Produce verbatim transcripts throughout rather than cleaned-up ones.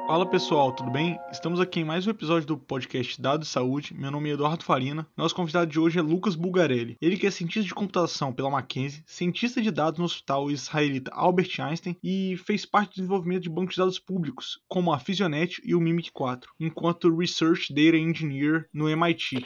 Fala pessoal, tudo bem? Estamos aqui em mais um episódio do podcast Dados e Saúde. Meu nome é Eduardo Farina. Nosso convidado de hoje é Lucas Bulgarelli. Ele que é cientista de computação pela Mackenzie, cientista de dados no hospital israelita Albert Einstein e fez parte do desenvolvimento de bancos de dados públicos, como a Fisionet e o Mimic quatro, enquanto Research Data Engineer no M I T.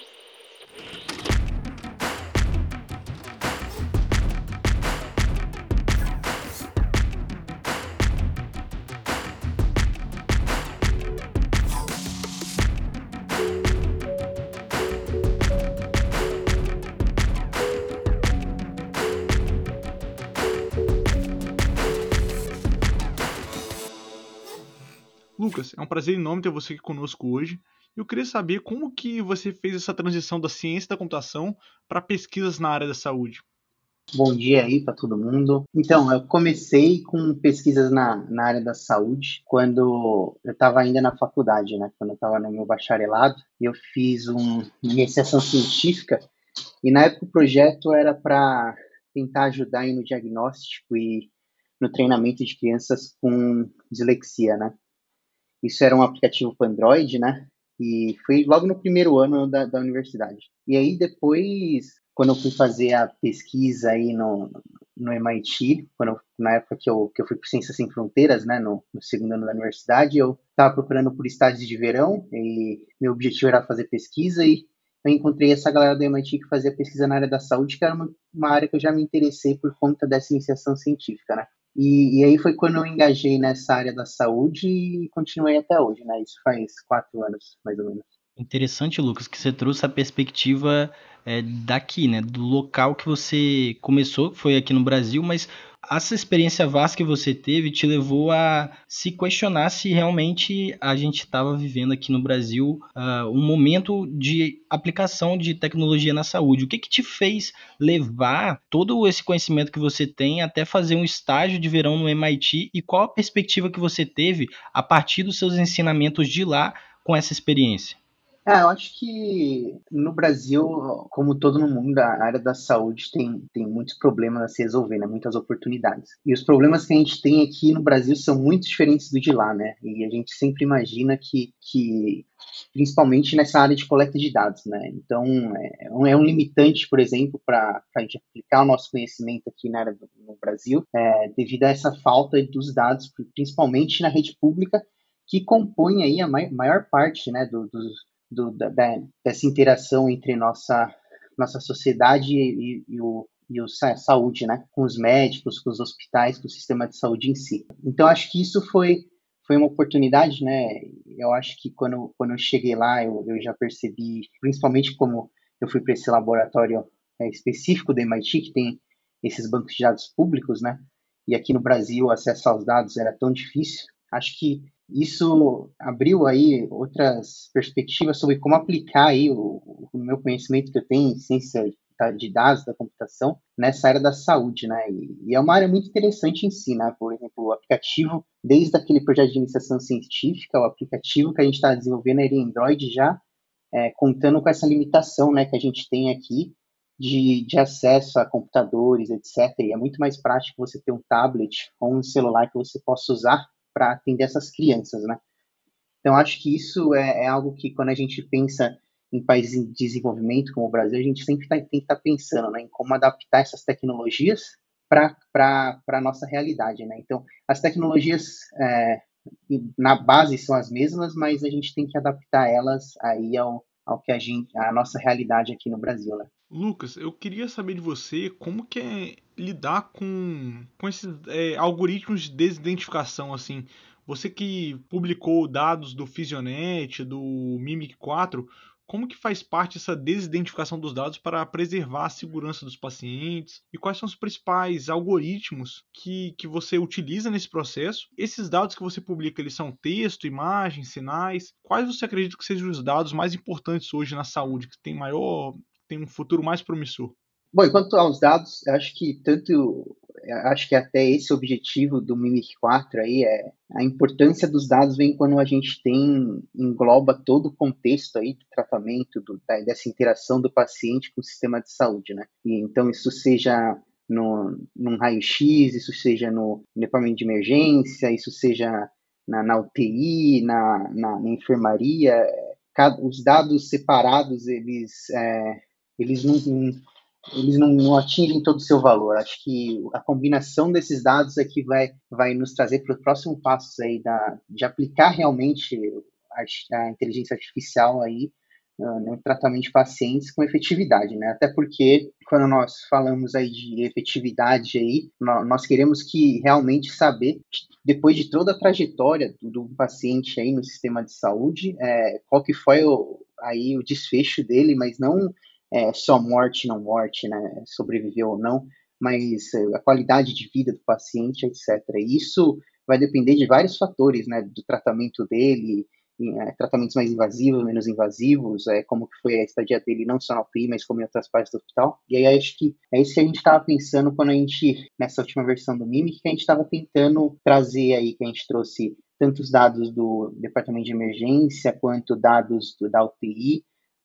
Lucas, é um prazer enorme ter você aqui conosco hoje. Eu queria saber como que você fez essa transição da ciência da computação para pesquisas na área da saúde. Bom dia aí para todo mundo. Então, eu comecei com pesquisas na, na área da saúde quando eu estava ainda na faculdade, né? Quando eu estava no meu bacharelado, eu fiz um, uma iniciação científica e na época o projeto era para tentar ajudar aí no diagnóstico e no treinamento de crianças com dislexia, né? Isso era um aplicativo para Android, né? E foi logo no primeiro ano da, da universidade. E aí depois, quando eu fui fazer a pesquisa aí no, no M I T, quando eu, na época que eu, que eu fui para Ciências Sem Fronteiras, né, no, no segundo ano da universidade, eu estava procurando por estágios de verão e meu objetivo era fazer pesquisa e eu encontrei essa galera do M I T que fazia pesquisa na área da saúde, que era uma, uma área que eu já me interessei por conta dessa iniciação científica, né? E, e aí foi quando eu engajei nessa área da saúde e continuei até hoje, né? Isso faz quatro anos, mais ou menos. Interessante, Lucas, que você trouxe a perspectiva é, daqui, né? Do local que você começou, que foi aqui no Brasil, mas essa experiência vasta que você teve te levou a se questionar se realmente a gente estava vivendo aqui no Brasil uh, um momento de aplicação de tecnologia na saúde. O que que te fez levar todo esse conhecimento que você tem até fazer um estágio de verão no M I T e qual a perspectiva que você teve a partir dos seus ensinamentos de lá com essa experiência? É, eu acho que no Brasil, como todo no mundo, a área da saúde tem, tem muitos problemas a se resolver, né? Muitas oportunidades. E os problemas que a gente tem aqui no Brasil são muito diferentes do de lá, né? E a gente sempre imagina que, que principalmente nessa área de coleta de dados, né? Então, é, é um limitante, por exemplo, para a gente aplicar o nosso conhecimento aqui na área do, no Brasil, é, devido a essa falta dos dados, principalmente na rede pública, que compõe aí a maior parte, né, do, dos do, da, dessa interação entre nossa, nossa sociedade e, e, o, e o saúde, né? Com os médicos, com os hospitais, com o sistema de saúde em si. Então, acho que isso foi, foi uma oportunidade, né? Eu acho que quando, quando eu cheguei lá, eu, eu já percebi, principalmente como eu fui para esse laboratório é, específico do M I T, que tem esses bancos de dados públicos, né? E aqui no Brasil, o acesso aos dados era tão difícil. Acho que isso abriu aí outras perspectivas sobre como aplicar aí o, o meu conhecimento que eu tenho em ciência de dados, da computação, nessa área da saúde, né? E, e é uma área muito interessante em si, né? Por exemplo, o aplicativo, desde aquele projeto de iniciação científica, o aplicativo que a gente está desenvolvendo é em Android já, é, contando com essa limitação, né, que a gente tem aqui de, de acesso a computadores, etcétera. E é muito mais prático você ter um tablet ou um celular que você possa usar para atender essas crianças, né? Então, acho que isso é, é algo que, quando a gente pensa em países em desenvolvimento, como o Brasil, a gente sempre tá, tem que estar tá pensando, né, em como adaptar essas tecnologias para a nossa realidade, né? Então, as tecnologias é, na base são as mesmas, mas a gente tem que adaptar elas aí ao, ao que a gente, a nossa realidade aqui no Brasil, né? Lucas, eu queria saber de você como que é lidar com, com esses é, algoritmos de desidentificação, assim. Você que publicou dados do Fisionet, do Mimic quatro, como que faz parte essa desidentificação dos dados para preservar a segurança dos pacientes? E quais são os principais algoritmos que, que você utiliza nesse processo? Esses dados que você publica, eles são texto, imagem, sinais? Quais você acredita que sejam os dados mais importantes hoje na saúde, que tem maior tem um futuro mais promissor? Bom, e quanto aos dados, eu acho que tanto, eu acho que até esse objetivo do Mimic quatro aí é a importância dos dados vem quando a gente tem, engloba todo o contexto aí do tratamento, do, da, dessa interação do paciente com o sistema de saúde, né? E então isso seja no, num raio-x, isso seja no, no departamento de emergência, isso seja na, na U T I, na, na, na enfermaria, cada, os dados separados, eles, é, eles, não, eles não, não atingem todo o seu valor. Acho que a combinação desses dados é que vai, vai nos trazer para os próximos passos aí da, de aplicar realmente a, a inteligência artificial aí no tratamento de pacientes com efetividade, né? Até porque quando nós falamos aí de efetividade aí, nós queremos que realmente saber, depois de toda a trajetória do, do paciente aí no sistema de saúde, é, qual que foi o, aí o desfecho dele, mas não é, só morte, não morte, né? Sobreviveu ou não, mas a qualidade de vida do paciente, etcétera. E isso vai depender de vários fatores, né? Do tratamento dele, É, tratamentos mais invasivos, menos invasivos, é, como que foi a estadia dele, não só na U T I, mas como em outras partes do hospital. E aí acho que é isso que a gente estava pensando quando a gente, nessa última versão do Mimic, que a gente estava tentando trazer aí, que a gente trouxe tanto os dados do departamento de emergência, quanto dados do, da U T I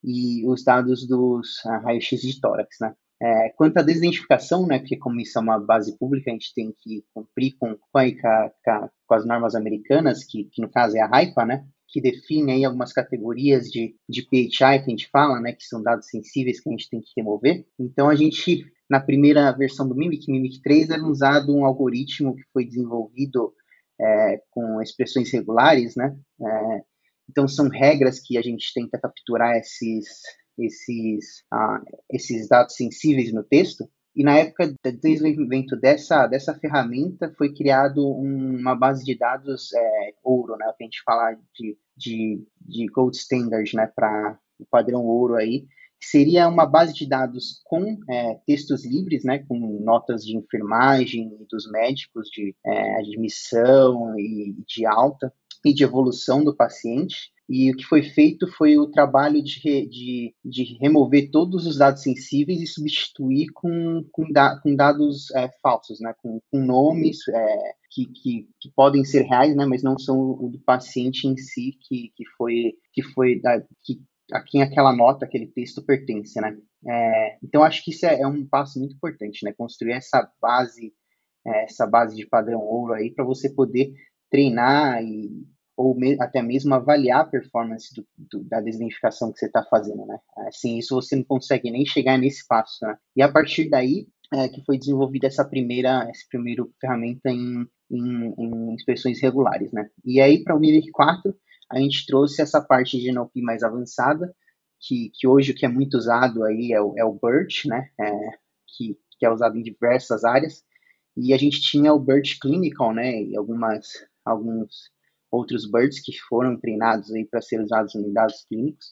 e os dados dos uh, raios-x de tórax, né? É, quanto à desidentificação, né, porque como isso é uma base pública, a gente tem que cumprir com, com, com, com as normas americanas, que, que no caso é a AIPA, né, que define aí algumas categorias de, de P H I que a gente fala, né, que são dados sensíveis que a gente tem que remover. Então, a gente, na primeira versão do Mimic, Mimic três, era usado um algoritmo que foi desenvolvido é, com expressões regulares, né? É, então, são regras que a gente tenta capturar esses, esses, ah, esses dados sensíveis no texto. E na época do desenvolvimento dessa, dessa ferramenta, foi criado um, uma base de dados é, ouro, né? O que a gente fala de, de, de gold standard, né? Para o padrão ouro aí, que seria uma base de dados com é, textos livres, né? Com notas de enfermagem dos médicos, de é, admissão e de alta e de evolução do paciente. E o que foi feito foi o trabalho de, de, de remover todos os dados sensíveis e substituir com, com, da, com dados é, falsos, né? com, com nomes é, que, que, que podem ser reais, né? Mas não são o do paciente em si, que, que foi, que foi da, que, a quem aquela nota, aquele texto pertence. Né? É, então, acho que isso é, é um passo muito importante, né? Construir essa base, é, essa base de padrão ouro aí para você poder treinar e ou me, até mesmo avaliar a performance do, do, da desidentificação que você está fazendo, né? Assim, isso você não consegue nem chegar nesse passo, né? E a partir daí é que foi desenvolvida essa primeira, essa primeira ferramenta em, em, em inspeções regulares, né? E aí, para o Mimic quatro, a gente trouxe essa parte de N L P mais avançada, que, que hoje o que é muito usado aí é o, é o BERT, né? É, que, que é usado em diversas áreas. E a gente tinha o BERT Clinical, né? E algumas, alguns outros BERTs que foram treinados aí para ser usados em dados clínicos,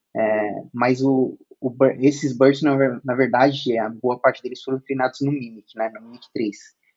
é, mas o, o, esses BERTs, na, na verdade, a boa parte deles foram treinados no Mimic, né, no Mimic três,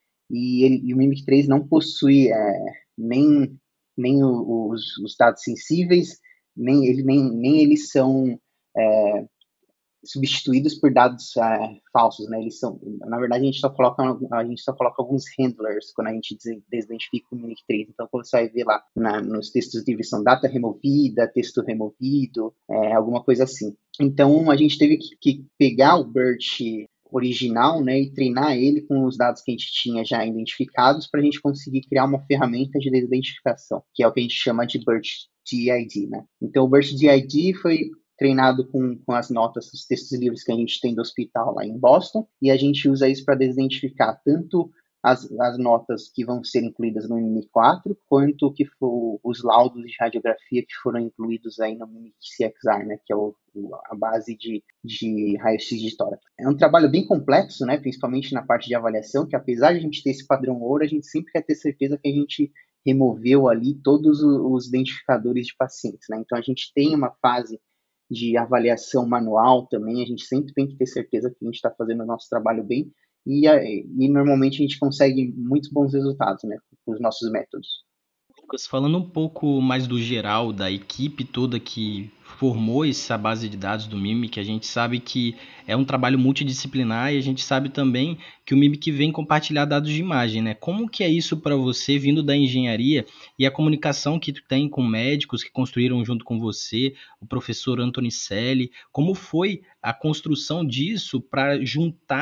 e, ele, e o Mimic três não possui é, nem, nem o, os, os dados sensíveis, nem, ele, nem, nem eles são é, substituídos por dados uh, falsos, né? Eles são, na verdade, a gente só coloca a gente só coloca alguns handlers quando a gente desidentifica o Mimic três. Então, quando você vai ver lá na, nos textos livres são data removida, texto removido, é, alguma coisa assim. Então, a gente teve que, que pegar o BERT original, né, e treinar ele com os dados que a gente tinha já identificados para a gente conseguir criar uma ferramenta de desidentificação, que é o que a gente chama de BERT D I D, né? Então, o BERT D I D foi treinado com, com as notas dos textos livres que a gente tem do hospital lá em Boston, e a gente usa isso para desidentificar tanto as, as notas que vão ser incluídas no Mimic quatro, quanto que for, os laudos de radiografia que foram incluídos aí no Mimic C X R, né, que é o, a base de, de raio-x de tórax. É um trabalho bem complexo, né, principalmente na parte de avaliação, que apesar de a gente ter esse padrão ouro, a gente sempre quer ter certeza que a gente removeu ali todos os identificadores de pacientes, né? Então a gente tem uma fase de avaliação manual também, a gente sempre tem que ter certeza que a gente está fazendo o nosso trabalho bem, e, e normalmente a gente consegue muitos bons resultados, né, com os nossos métodos. Lucas, falando um pouco mais do geral, da equipe toda que formou essa base de dados do Mimic, a gente sabe que é um trabalho multidisciplinar e a gente sabe também que o Mimic vem compartilhar dados de imagem, né? Como que é isso para você, vindo da engenharia, e a comunicação que tu tem com médicos que construíram junto com você, o professor Antonicelli, como foi a construção disso para juntar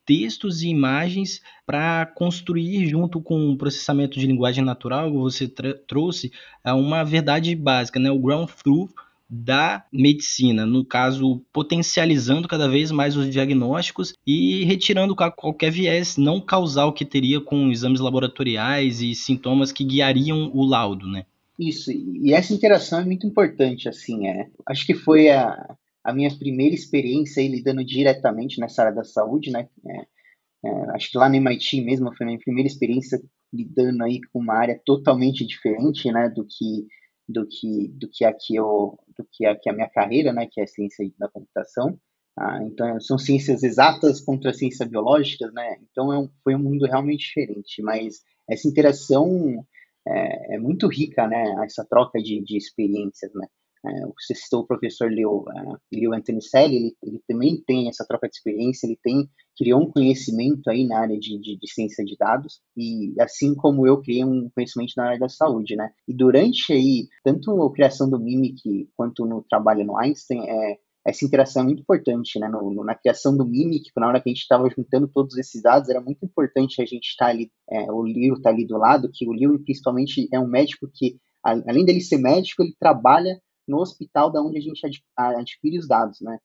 textos e imagens para construir, junto com o processamento de linguagem natural que você tra- trouxe, é uma verdade básica, né? O ground truth da medicina, no caso, potencializando cada vez mais os diagnósticos e retirando ca- qualquer viés não causal que teria com exames laboratoriais e sintomas que guiariam o laudo, né? Isso, e essa interação é muito importante, assim, é. Acho que foi a, a minha primeira experiência aí lidando diretamente nessa área da saúde, né? É, é, acho que lá no M I T mesmo foi a minha primeira experiência lidando aí com uma área totalmente diferente, né, do que do que do que aqui eu do que aqui a minha carreira, né, que é a ciência da computação. Ah, então são ciências exatas contra ciências biológicas, né? Então é um, foi um mundo realmente diferente, mas essa interação é, é muito rica, né? Essa troca de, de experiências, né? É, você citou o professor Leo, uh, Leo Antonicelli, ele, ele também tem essa troca de experiência, ele tem criou um conhecimento aí na área de, de, de ciência de dados, e assim como eu criei um conhecimento na área da saúde, né? E durante aí, tanto a criação do Mimic quanto no trabalho no Einstein, é, essa interação é muito importante, né? No, no, na criação do Mimic, na hora que a gente estava juntando todos esses dados, era muito importante a gente estar tá ali, é, o Leo estar tá ali do lado, que o Leo principalmente é um médico que, a, além dele ser médico, ele trabalha no hospital da onde a gente adquire os dados, né?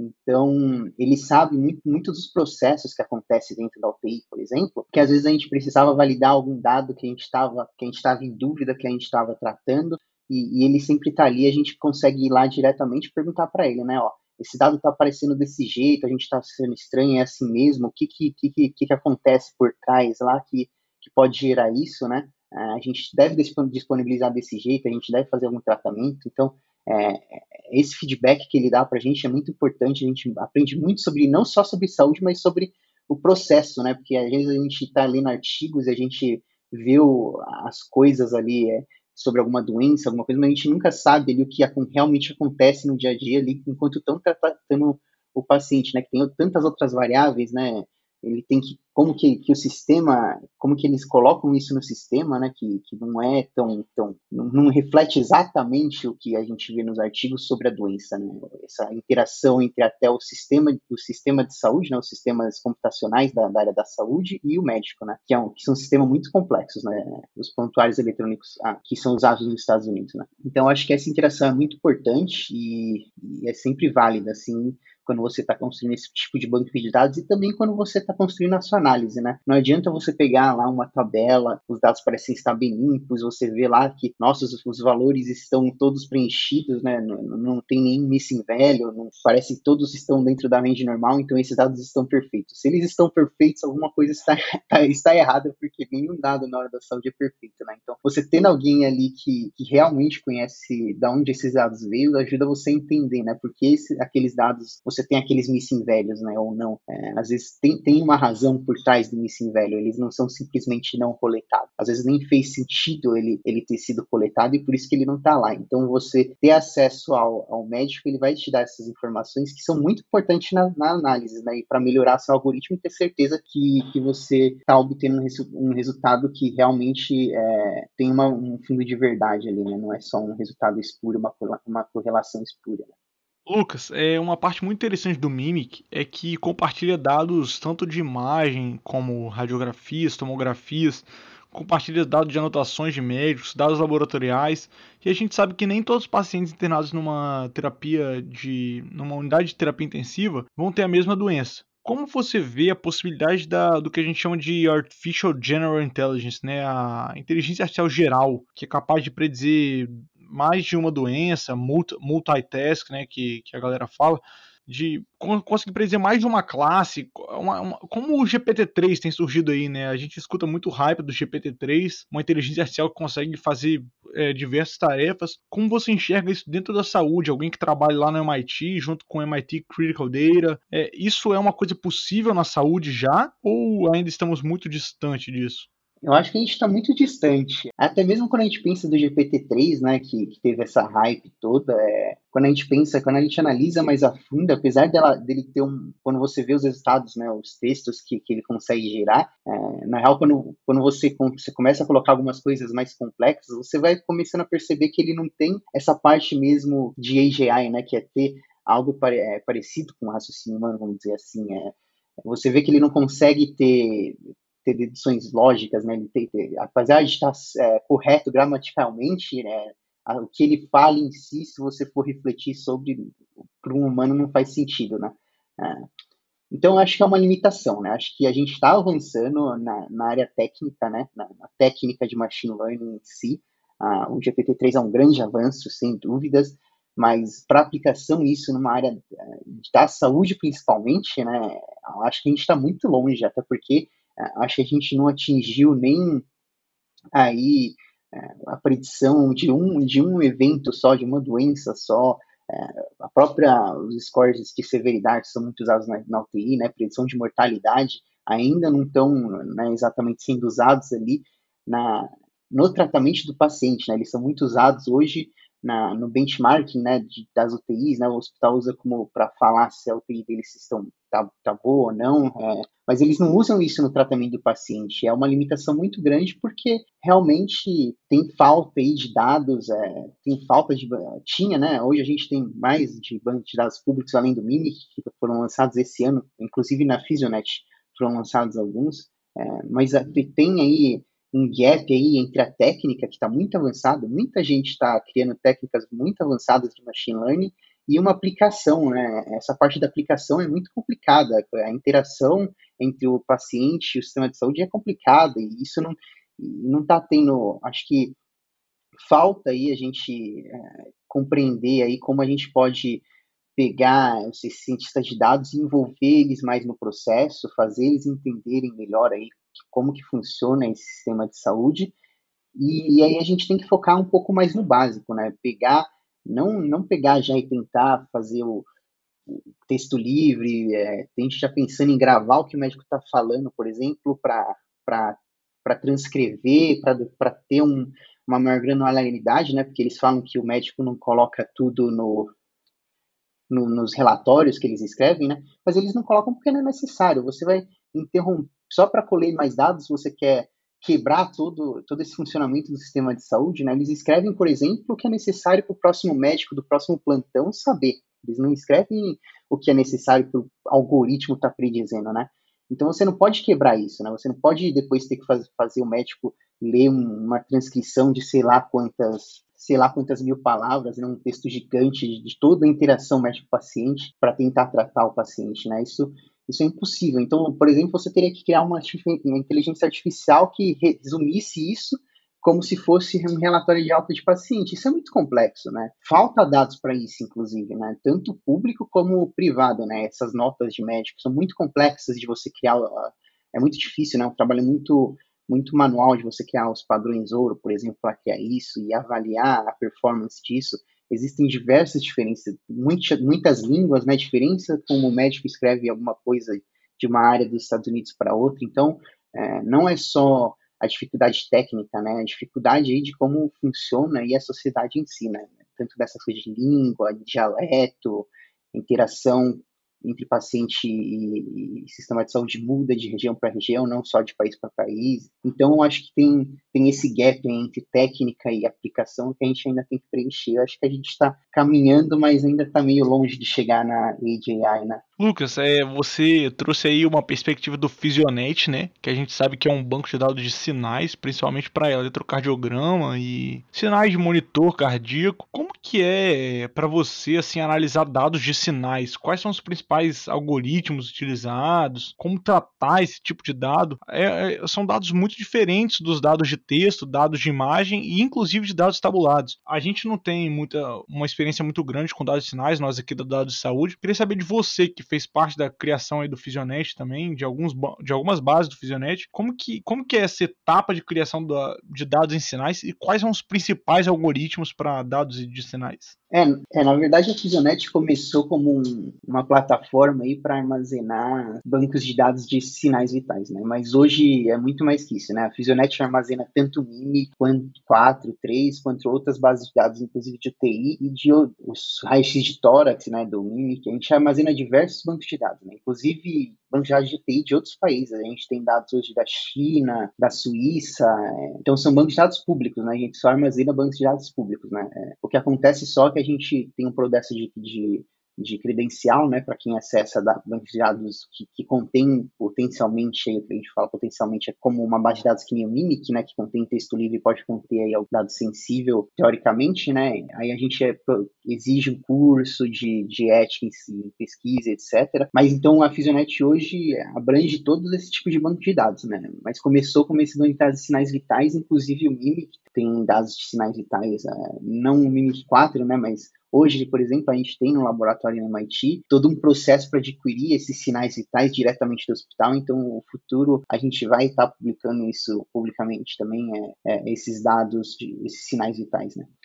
Então, ele sabe muito, muitos dos processos que acontecem dentro da U T I, por exemplo, que às vezes a gente precisava validar algum dado que a gente estava que a gente estava em dúvida, que a gente estava tratando, e, e ele sempre está ali, a gente consegue ir lá diretamente e perguntar para ele, né, ó, esse dado está aparecendo desse jeito, a gente está sendo estranho, é assim mesmo, o que que, que, que, que acontece por trás lá que, que pode gerar isso, né? A gente deve disponibilizar desse jeito, a gente deve fazer algum tratamento, então é, esse feedback que ele dá para a gente é muito importante, a gente aprende muito sobre, não só sobre saúde, mas sobre o processo, né? Porque às vezes a gente está lendo artigos e a gente vê o, as coisas ali é, sobre alguma doença, alguma coisa, mas a gente nunca sabe ali o que realmente acontece no dia a dia ali, enquanto estão tratando o paciente, né? Que tem tantas outras variáveis, né? Ele tem que, como que, que o sistema, como que eles colocam isso no sistema, né, que, que não é tão, tão não, não reflete exatamente o que a gente vê nos artigos sobre a doença, né, essa interação entre até o sistema, o sistema de saúde, né, os sistemas computacionais da, da área da saúde e o médico, né, que, é um, que são sistemas muito complexos, né, os prontuários eletrônicos ah, que são usados nos Estados Unidos, né. Então, acho que essa interação é muito importante e, e é sempre válida, assim, quando você está construindo esse tipo de banco de dados e também quando você está construindo a sua análise, né? Não adianta você pegar lá uma tabela, os dados parecem estar bem limpos, você vê lá que, nossa, os, os valores estão todos preenchidos, né? Não, não tem nenhum missing value, não, parece que todos estão dentro da range normal, então esses dados estão perfeitos. Se eles estão perfeitos, alguma coisa está, está errada, porque nenhum dado na hora da saúde é perfeito, né? Então, você tendo alguém ali que, que realmente conhece de onde esses dados veio, ajuda você a entender, né? Porque esse, aqueles dados, você tem aqueles missing values, né, ou não. É, às vezes tem, tem uma razão por trás do missing value, eles não são simplesmente não coletados. Às vezes nem fez sentido ele, ele ter sido coletado e por isso que ele não está lá. Então você ter acesso ao, ao médico, ele vai te dar essas informações que são muito importantes na, na análise, né, e para melhorar seu algoritmo e ter certeza que, que você está obtendo um, resu um resultado que realmente é, tem uma, um fundo de verdade ali, né, não é só um resultado espúrio, uma, uma correlação espúria. Né? Lucas, é uma parte muito interessante do Mimic é que compartilha dados tanto de imagem como radiografias, tomografias, compartilha dados de anotações de médicos, dados laboratoriais, e a gente sabe que nem todos os pacientes internados numa terapia de numa unidade de terapia intensiva vão ter a mesma doença. Como você vê a possibilidade da, do que a gente chama de Artificial General Intelligence, né, a inteligência artificial geral, que é capaz de predizer mais de uma doença, multi, multitask, né, que, que a galera fala, de conseguir predizer mais de uma classe, uma, uma, como o G P T três tem surgido aí, né, a gente escuta muito hype do G P T três, uma inteligência artificial que consegue fazer é, diversas tarefas. Como você enxerga isso dentro da saúde? Alguém que trabalha lá no M I T, junto com o M I T Critical Data, é, isso é uma coisa possível na saúde já, ou ainda estamos muito distante disso? Eu acho que a gente está muito distante. Até mesmo quando a gente pensa do G P T três, né, que, que teve essa hype toda, é, quando a gente pensa, quando a gente analisa mais a fundo, apesar dela, dele ter um... Quando você vê os resultados, né, os textos que, que ele consegue gerar, é, na real, quando, quando você, você começa a colocar algumas coisas mais complexas, você vai começando a perceber que ele não tem essa parte mesmo de A G I, né, que é ter algo pare, é, parecido com o raciocínio humano, vamos dizer assim, é, você vê que ele não consegue ter, ter deduções lógicas, né? Ele tem, ter, apesar de estar é, correto gramaticalmente, né? O que ele fala em si, se você for refletir sobre, para um humano não faz sentido, né? É, então, acho que é uma limitação, né? Acho que a gente está avançando na, na área técnica, né? Na, na técnica de machine learning em si. Ah, o G P T três é um grande avanço, sem dúvidas, mas para aplicação isso numa área da saúde principalmente, né? Acho que a gente está muito longe, até porque acho que a gente não atingiu nem aí a predição de um, de um evento só, de uma doença só. É, a própria, os scores de severidade são muito usados na, na U T I, né, predição de mortalidade, ainda não estão, né, exatamente sendo usados ali na, no tratamento do paciente, né, eles são muito usados hoje na, no benchmarking, né, de, das U T Is, né, o hospital usa como para falar se a U T I deles estão, tá, tá boa ou não, é, mas eles não usam isso no tratamento do paciente, é uma limitação muito grande porque realmente tem falta aí de dados, é, tem falta de, tinha, né, hoje a gente tem mais de bancos de dados públicos além do Mimic, que foram lançados esse ano, inclusive na Physionet foram lançados alguns, é, mas tem aí um gap aí entre a técnica, que está muito avançada, muita gente está criando técnicas muito avançadas de machine learning, e uma aplicação, né? Essa parte da aplicação é muito complicada, a interação entre o paciente e o sistema de saúde é complicada, e isso não não está tendo, acho que falta aí a gente é, compreender aí como a gente pode pegar esses cientistas de dados e envolver eles mais no processo, fazer eles entenderem melhor aí como que funciona esse sistema de saúde, e, e aí a gente tem que focar um pouco mais no básico, né? Pegar, não, não pegar já e tentar fazer o, o texto livre, é, a gente já pensando em gravar o que o médico está falando, por exemplo, para transcrever, para ter um, uma maior granularidade, né? Porque eles falam que o médico não coloca tudo no, no, nos relatórios que eles escrevem, né? Mas eles não colocam porque não é necessário. Você vai interromper, só para colher mais dados, você quer quebrar todo, todo esse funcionamento do sistema de saúde, né? Eles escrevem, por exemplo, o que é necessário para o próximo médico do próximo plantão saber. Eles não escrevem o que é necessário para o algoritmo estar tá predizendo, né? Então você não pode quebrar isso, né? Você não pode depois ter que faz, fazer o médico ler um, uma transcrição de sei lá quantas sei lá quantas mil palavras, né, um texto gigante de, de toda a interação médico-paciente para tentar tratar o paciente, né? Isso, isso é impossível. Então, por exemplo, você teria que criar uma, uma inteligência artificial que resumisse isso como se fosse um relatório de alta de paciente. Isso é muito complexo, né? Falta dados para isso, inclusive, né? Tanto público como privado, né? Essas notas de médico são muito complexas de você criar. É muito difícil, né? Um trabalho muito muito manual de você criar os padrões ouro, por exemplo, para criar isso e avaliar a performance disso. Existem diversas diferenças, muitas, muitas línguas, né? Diferença como o médico escreve alguma coisa de uma área dos Estados Unidos para outra. Então, é, não é só a dificuldade técnica, né? A dificuldade aí de como funciona aí a sociedade em si, né? Tanto dessa coisa de língua, dialeto, interação entre paciente e, e sistema de saúde muda de região para região, não só de país para país. Então, eu acho que tem, tem esse gap entre técnica e aplicação que a gente ainda tem que preencher. Eu acho que a gente está caminhando, mas ainda está meio longe de chegar na A G I, né? Lucas, é, você trouxe aí uma perspectiva do Physionet, né? Que a gente sabe que é um banco de dados de sinais, principalmente para eletrocardiograma e sinais de monitor cardíaco. Como que é para você assim analisar dados de sinais? Quais são os principais algoritmos utilizados? Como tratar esse tipo de dado? É, é, são dados muito diferentes dos dados de texto, dados de imagem e inclusive de dados tabulados. A gente não tem muita, uma experiência muito grande com dados de sinais, nós aqui da dados de saúde. Queria saber de você que fez parte da criação aí do Physionet também, de, alguns, de algumas bases do Physionet, como que, como que é essa etapa de criação da, de dados em sinais e quais são os principais algoritmos para dados de sinais? É, é, na verdade a Physionet começou como um, uma plataforma aí para armazenar bancos de dados de sinais vitais, né? Mas hoje é muito mais que isso, né? A Physionet armazena tanto o Mimic, quanto quatro, três, quanto outras bases de dados, inclusive de U T I e de os raios-x de tórax, né, do Mimic. A gente armazena diversos bancos de dados, né? Inclusive bancos de dados de U T I de outros países. A gente tem dados hoje da China, da Suíça, é... então são bancos de dados públicos, né? A gente só armazena bancos de dados públicos, né? É... O que acontece só é que a gente tem um processo de, de de credencial, né, para quem acessa da, banco de dados que, que contém potencialmente, aí, a gente fala potencialmente, é como uma base de dados que nem o Mimic, né, que contém texto livre e pode conter aí algum dado sensível, teoricamente, né, aí a gente é, exige um curso de, de ética em pesquisa, etcétera. Mas então a Fisionet hoje abrange todos esses tipos de banco de dados, né, mas começou como esse banco de dados de sinais vitais, inclusive o Mimic tem dados de sinais vitais, é, não o Mimic quatro, né, mas hoje, por exemplo, a gente tem no laboratório no M I T todo um processo para adquirir esses sinais vitais diretamente do hospital, então no futuro a gente vai estar tá publicando isso publicamente também, é, é, esses dados, de, esses sinais vitais, né.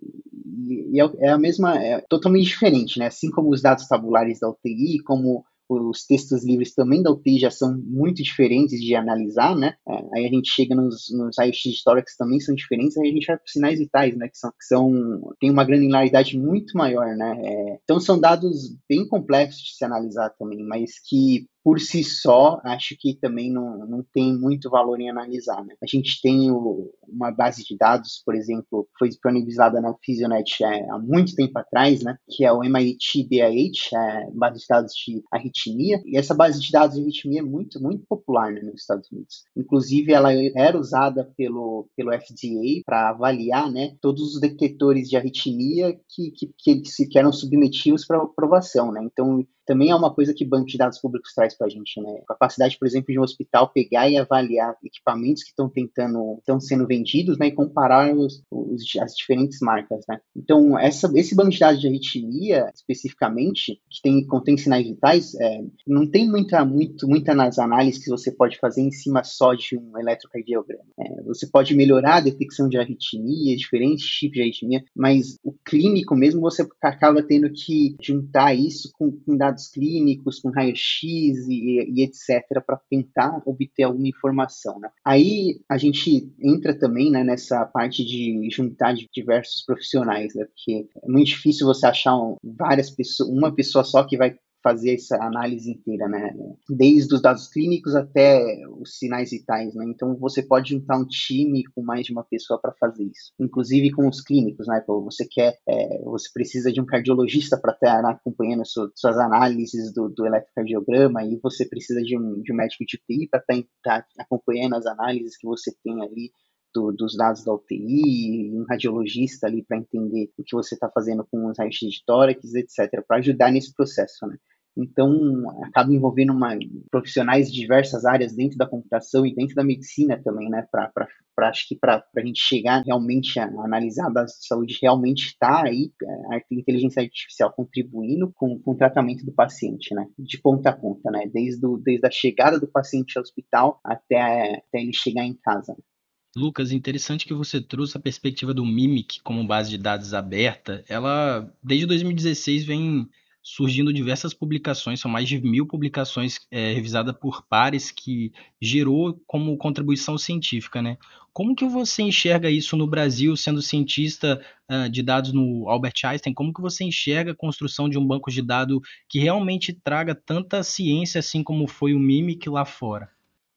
E, e é a mesma, é totalmente diferente, né, assim como os dados tabulares da U T I, como os textos livres também da U T I já são muito diferentes de analisar, né? É, aí a gente chega nos, nos raios-x de tórax que também são diferentes, aí a gente vai para os sinais vitais, né? Que são, que são tem uma granularidade muito maior, né? É, então são dados bem complexos de se analisar também, mas que por si só, acho que também não, não tem muito valor em analisar, né? A gente tem o, uma base de dados, por exemplo, que foi disponibilizada na Fisionet é, há muito tempo atrás, né? Que é o M I T B I H, é, base de dados de arritmia. E essa base de dados de arritmia é muito, muito popular, né, nos Estados Unidos. Inclusive, ela era usada pelo, pelo F D A para avaliar, né, todos os detectores de arritmia que, que, que, que eram submetidos para aprovação, né? Então, também é uma coisa que banco de dados públicos traz para a gente, né? A capacidade, por exemplo, de um hospital pegar e avaliar equipamentos que estão tentando, estão sendo vendidos, né? E comparar os, os, as diferentes marcas, né? Então, essa, esse banco de dados de arritmia, especificamente, que tem, contém sinais vitais, é, não tem muita, muito, muita nas análises que você pode fazer em cima só de um eletrocardiograma. É, você pode melhorar a detecção de arritmia, diferentes tipos de arritmia, mas o clínico mesmo, você acaba tendo que juntar isso com, com dados clínicos, com raio-x e, e etcétera, para tentar obter alguma informação, né? Aí a gente entra também, né, nessa parte de juntar diversos profissionais, né? Porque é muito difícil você achar um, várias pessoas, uma pessoa só que vai fazer essa análise inteira, né? Desde os dados clínicos até os sinais vitais, né? Então você pode juntar um time com mais de uma pessoa para fazer isso, inclusive com os clínicos, né? Você quer, é, você precisa de um cardiologista para estar acompanhando su, suas análises do, do eletrocardiograma, e você precisa de um, de um médico de U T I para estar tá acompanhando as análises que você tem ali Do, dos dados da U T I, um radiologista ali para entender o que você está fazendo com os raios-x de tórax, etcétera, para ajudar nesse processo, né? Então, acaba envolvendo uma, profissionais de diversas áreas dentro da computação e dentro da medicina também, né? Para acho que para a gente chegar realmente a analisar a base de saúde, realmente está aí a inteligência artificial contribuindo com, com o tratamento do paciente, né? De ponta a ponta, né? Desde, do, desde a chegada do paciente ao hospital até, até ele chegar em casa. Lucas, interessante que você trouxe a perspectiva do Mimic como base de dados aberta. Ela, desde dois mil e dezesseis, vem surgindo diversas publicações, são mais de mil publicações é, revisadas por pares, que gerou como contribuição científica, né? Como que você enxerga isso no Brasil, sendo cientista uh, de dados no Albert Einstein? Como que você enxerga a construção de um banco de dados que realmente traga tanta ciência assim como foi o Mimic lá fora?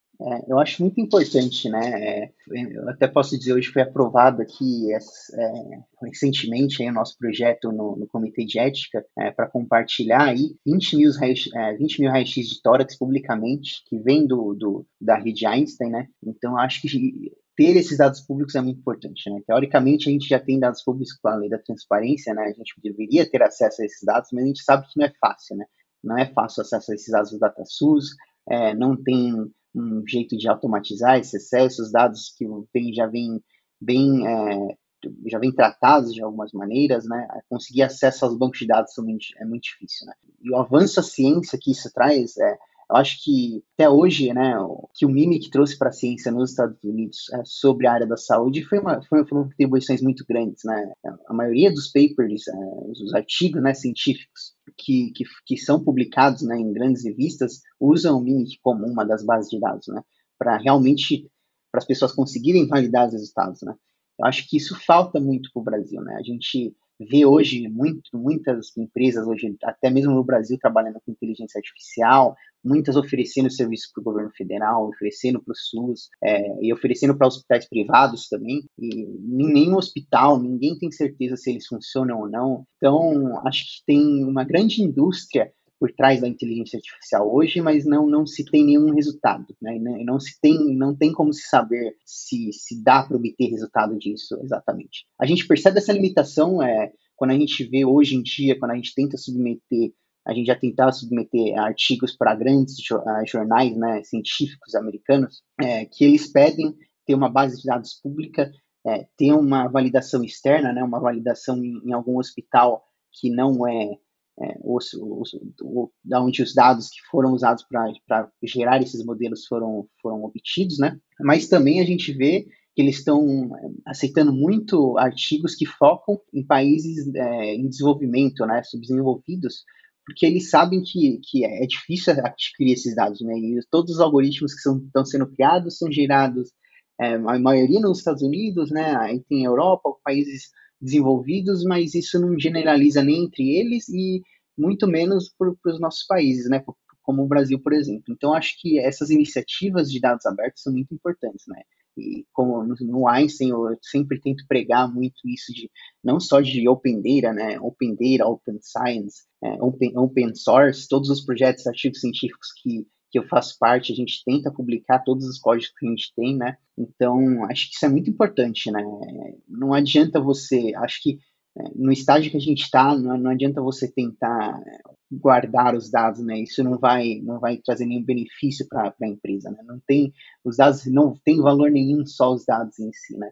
É, eu acho muito importante, né? É, eu até posso dizer, hoje foi aprovado aqui é, recentemente aí, o nosso projeto no, no Comitê de Ética é, para compartilhar aí vinte mil raios-x de tórax publicamente, que vem do, do, da rede Einstein, né? Então, eu acho que ter esses dados públicos é muito importante, né? Teoricamente, a gente já tem dados públicos com a lei da transparência, né? A gente deveria ter acesso a esses dados, mas a gente sabe que não é fácil, né? Não é fácil acesso a esses dados do DataSUS, é, não tem um jeito de automatizar esse acesso, os dados que vem, já vêm bem, é, já vem tratados de algumas maneiras, né? Conseguir acesso aos bancos de dados é muito difícil, né? E o avanço da ciência que isso traz, é, eu acho que até hoje, né, o que o Mimic trouxe para a ciência nos Estados Unidos é, sobre a área da saúde foi uma, foi uma contribuições muito grandes, né? A maioria dos papers, é, os artigos, né, científicos que, que, que são publicados, né, em grandes revistas usam o Mimic como uma das bases de dados, né, para realmente para as pessoas conseguirem validar os resultados, né? Eu acho que isso falta muito para o Brasil, né? A gente vê hoje muito, muitas empresas, hoje, até mesmo no Brasil, trabalhando com inteligência artificial, muitas oferecendo serviço para o governo federal, oferecendo para o SUS, é, e oferecendo para hospitais privados também, e nenhum hospital, ninguém tem certeza se eles funcionam ou não. Então, acho que tem uma grande indústria por trás da inteligência artificial hoje, mas não, não se tem nenhum resultado, né? E não se tem, não tem como se saber se, se dá para obter resultado disso exatamente. A gente percebe essa limitação é, quando a gente vê hoje em dia, quando a gente tenta submeter, a gente já tentava submeter artigos para grandes jornais, né, científicos americanos, é, que eles pedem ter uma base de dados pública, é, ter uma validação externa, né, uma validação em, em algum hospital que não é É, os, os, o, da onde os dados que foram usados para gerar esses modelos foram, foram obtidos, né? Mas também a gente vê que eles estão aceitando muito artigos que focam em países é, em desenvolvimento, né, subdesenvolvidos, porque eles sabem que, que é difícil adquirir esses dados, né? E todos os algoritmos que são, estão sendo criados são gerados, é, a maioria nos Estados Unidos, né? Aí tem Europa, países desenvolvidos, mas isso não generaliza nem entre eles e muito menos para os nossos países, né, como o Brasil, por exemplo. Então, acho que essas iniciativas de dados abertos são muito importantes, né, e como no Einstein eu sempre tento pregar muito isso de, não só de Open Data, né, Open Data, Open Science, é, open, open Source, todos os projetos, artigos científicos que que eu faço parte, a gente tenta publicar todos os códigos que a gente tem, né? Então, acho que isso é muito importante, né? Não adianta você, acho que no estágio que a gente está, não, não adianta você tentar guardar os dados, né? Isso não vai, não vai trazer nenhum benefício para a empresa, né? Não tem, os dados não tem valor nenhum só os dados em si, né?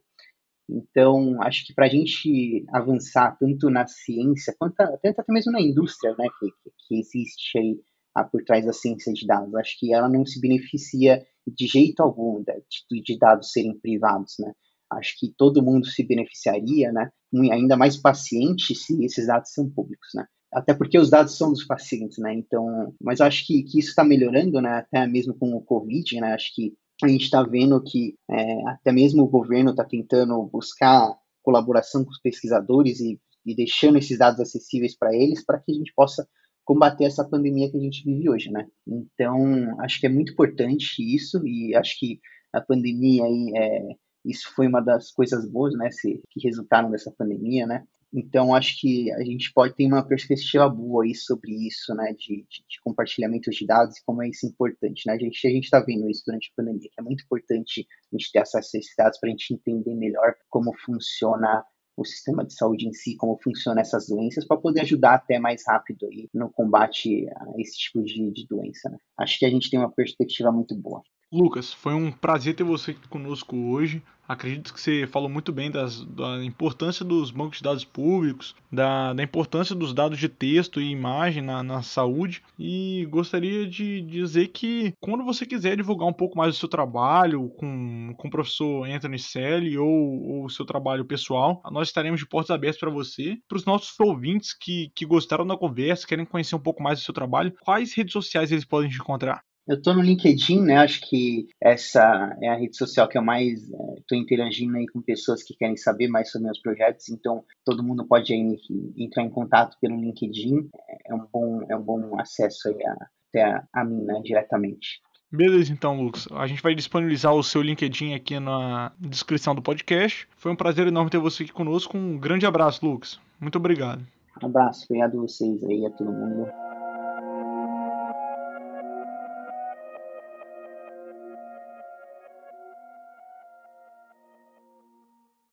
Então, acho que para a gente avançar tanto na ciência, quanto até, até mesmo na indústria, né? Que, que existe aí por trás da ciência de dados. Acho que ela não se beneficia de jeito algum de, de dados serem privados, né? Acho que todo mundo se beneficiaria, né? Ainda mais paciente se esses dados são públicos, né? Até porque os dados são dos pacientes, né? Então, mas eu acho que, que isso está melhorando, né? Até mesmo com o Covid, né? Acho que a gente está vendo que é, até mesmo o governo está tentando buscar colaboração com os pesquisadores e, e deixando esses dados acessíveis para eles, para que a gente possa combater essa pandemia que a gente vive hoje, né? Então, acho que é muito importante isso, e acho que a pandemia aí, é, isso foi uma das coisas boas, né, se, que resultaram dessa pandemia, né? Então, acho que a gente pode ter uma perspectiva boa aí sobre isso, né, de, de, de compartilhamento de dados e como é isso importante, né? A gente a gente está vendo isso durante a pandemia, que é muito importante a gente ter acesso a esses dados para a gente entender melhor como funciona o sistema de saúde em si, como funcionam essas doenças, para poder ajudar até mais rápido aí no combate a esse tipo de, de doença, né? Acho que a gente tem uma perspectiva muito boa. Lucas, foi um prazer ter você aqui conosco hoje. Acredito que você falou muito bem das, da importância dos bancos de dados públicos, da, da importância dos dados de texto e imagem na, na saúde, e gostaria de dizer que quando você quiser divulgar um pouco mais do seu trabalho com, com o professor Anthony Selle ou o seu trabalho pessoal, nós estaremos de portas abertas para você. Para os nossos ouvintes que, que gostaram da conversa, querem conhecer um pouco mais do seu trabalho, quais redes sociais eles podem te encontrar? Eu tô no LinkedIn, né? Acho que essa é a rede social que eu mais estou é, interagindo aí com pessoas que querem saber mais sobre meus projetos. Então, todo mundo pode aí entrar em contato pelo LinkedIn. É um bom, é um bom acesso aí a, até a, a mim, né? Diretamente. Beleza, então, Lucas. A gente vai disponibilizar o seu LinkedIn aqui na descrição do podcast. Foi um prazer enorme ter você aqui conosco. Um grande abraço, Lucas. Muito obrigado. Um abraço, obrigado a vocês aí, a todo mundo.